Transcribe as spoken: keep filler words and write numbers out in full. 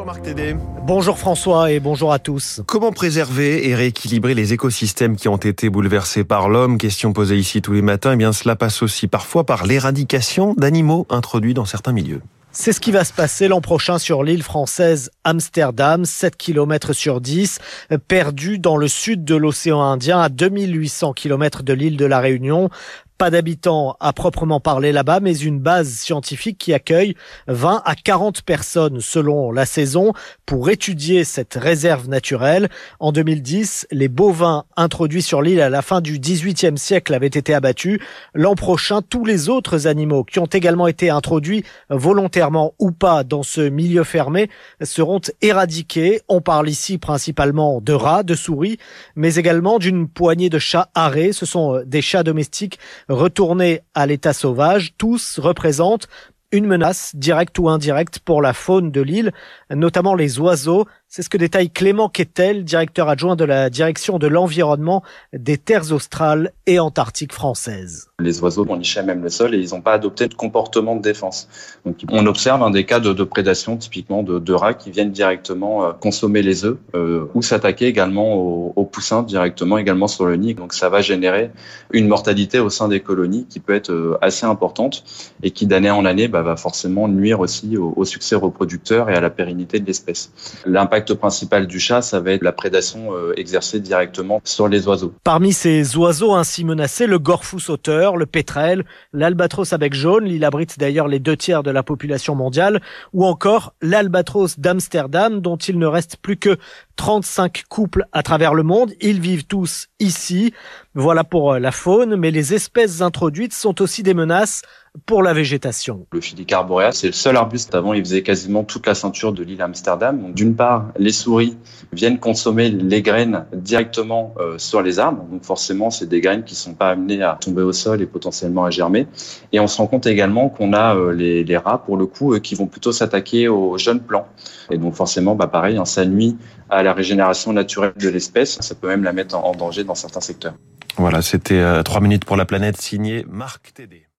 Bonjour Marc Tédé. Bonjour François et bonjour à tous. Comment préserver et rééquilibrer les écosystèmes qui ont été bouleversés par l'homme? Question posée ici tous les matins. Eh bien, cela passe aussi parfois par l'éradication d'animaux introduits dans certains milieux. C'est ce qui va se passer l'an prochain sur l'île française Amsterdam, sept kilomètres sur dix, perdue dans le sud de l'océan Indien, à deux mille huit cents kilomètres de l'île de la Réunion. Pas d'habitants à proprement parler là-bas, mais une base scientifique qui accueille vingt à quarante personnes selon la saison pour étudier cette réserve naturelle. En deux mille dix, les bovins introduits sur l'île à la fin du dix-huitième siècle avaient été abattus. L'an prochain, tous les autres animaux qui ont également été introduits volontairement ou pas dans ce milieu fermé seront éradiqués. On parle ici principalement de rats, de souris, mais également d'une poignée de chats arrêts. Ce sont des chats domestiques retournés à l'état sauvage. Tous représentent une menace directe ou indirecte pour la faune de l'île, notamment les oiseaux. C'est ce que détaille Clément Quetel, directeur adjoint de la direction de l'environnement des terres australes et antarctiques françaises. Les oiseaux vont nicher même le sol et ils n'ont pas adopté de comportement de défense. Donc, on observe un des cas de, de prédation typiquement de, de rats qui viennent directement euh, consommer les œufs euh, ou s'attaquer également aux, aux poussins directement également sur le nid. Donc ça va générer une mortalité au sein des colonies qui peut être euh, assez importante et qui d'année en année bah, va forcément nuire aussi au, au succès reproducteur et à la pérennité de l'espèce. L'impact principal du chat, ça va être la prédation euh, exercée directement sur les oiseaux. Parmi ces oiseaux ainsi menacés, le gorfou sauteur, le pétrel, l'albatros à bec jaune, l'île abrite d'ailleurs les deux tiers de la population mondiale, ou encore l'albatros d'Amsterdam, dont il ne reste plus que trente-cinq couples à travers le monde. Ils vivent tous ici. Voilà pour la faune, mais les espèces introduites sont aussi des menaces pour la végétation. Le Filicare boreas, c'est le seul arbuste. Avant, il faisait quasiment toute la ceinture de l'île Amsterdam. Donc, d'une part, les souris viennent consommer les graines directement euh, sur les arbres. Donc, forcément, c'est des graines qui sont pas amenées à tomber au sol et potentiellement à germer. Et on se rend compte également qu'on a euh, les, les rats, pour le coup, euh, qui vont plutôt s'attaquer aux jeunes plants. Et donc, forcément, bah, pareil, hein, ça nuit à la régénération naturelle de l'espèce. Ça peut même la mettre en, en danger dans certains secteurs. Voilà, c'était euh, trois minutes pour la planète, signé Marc Tédé.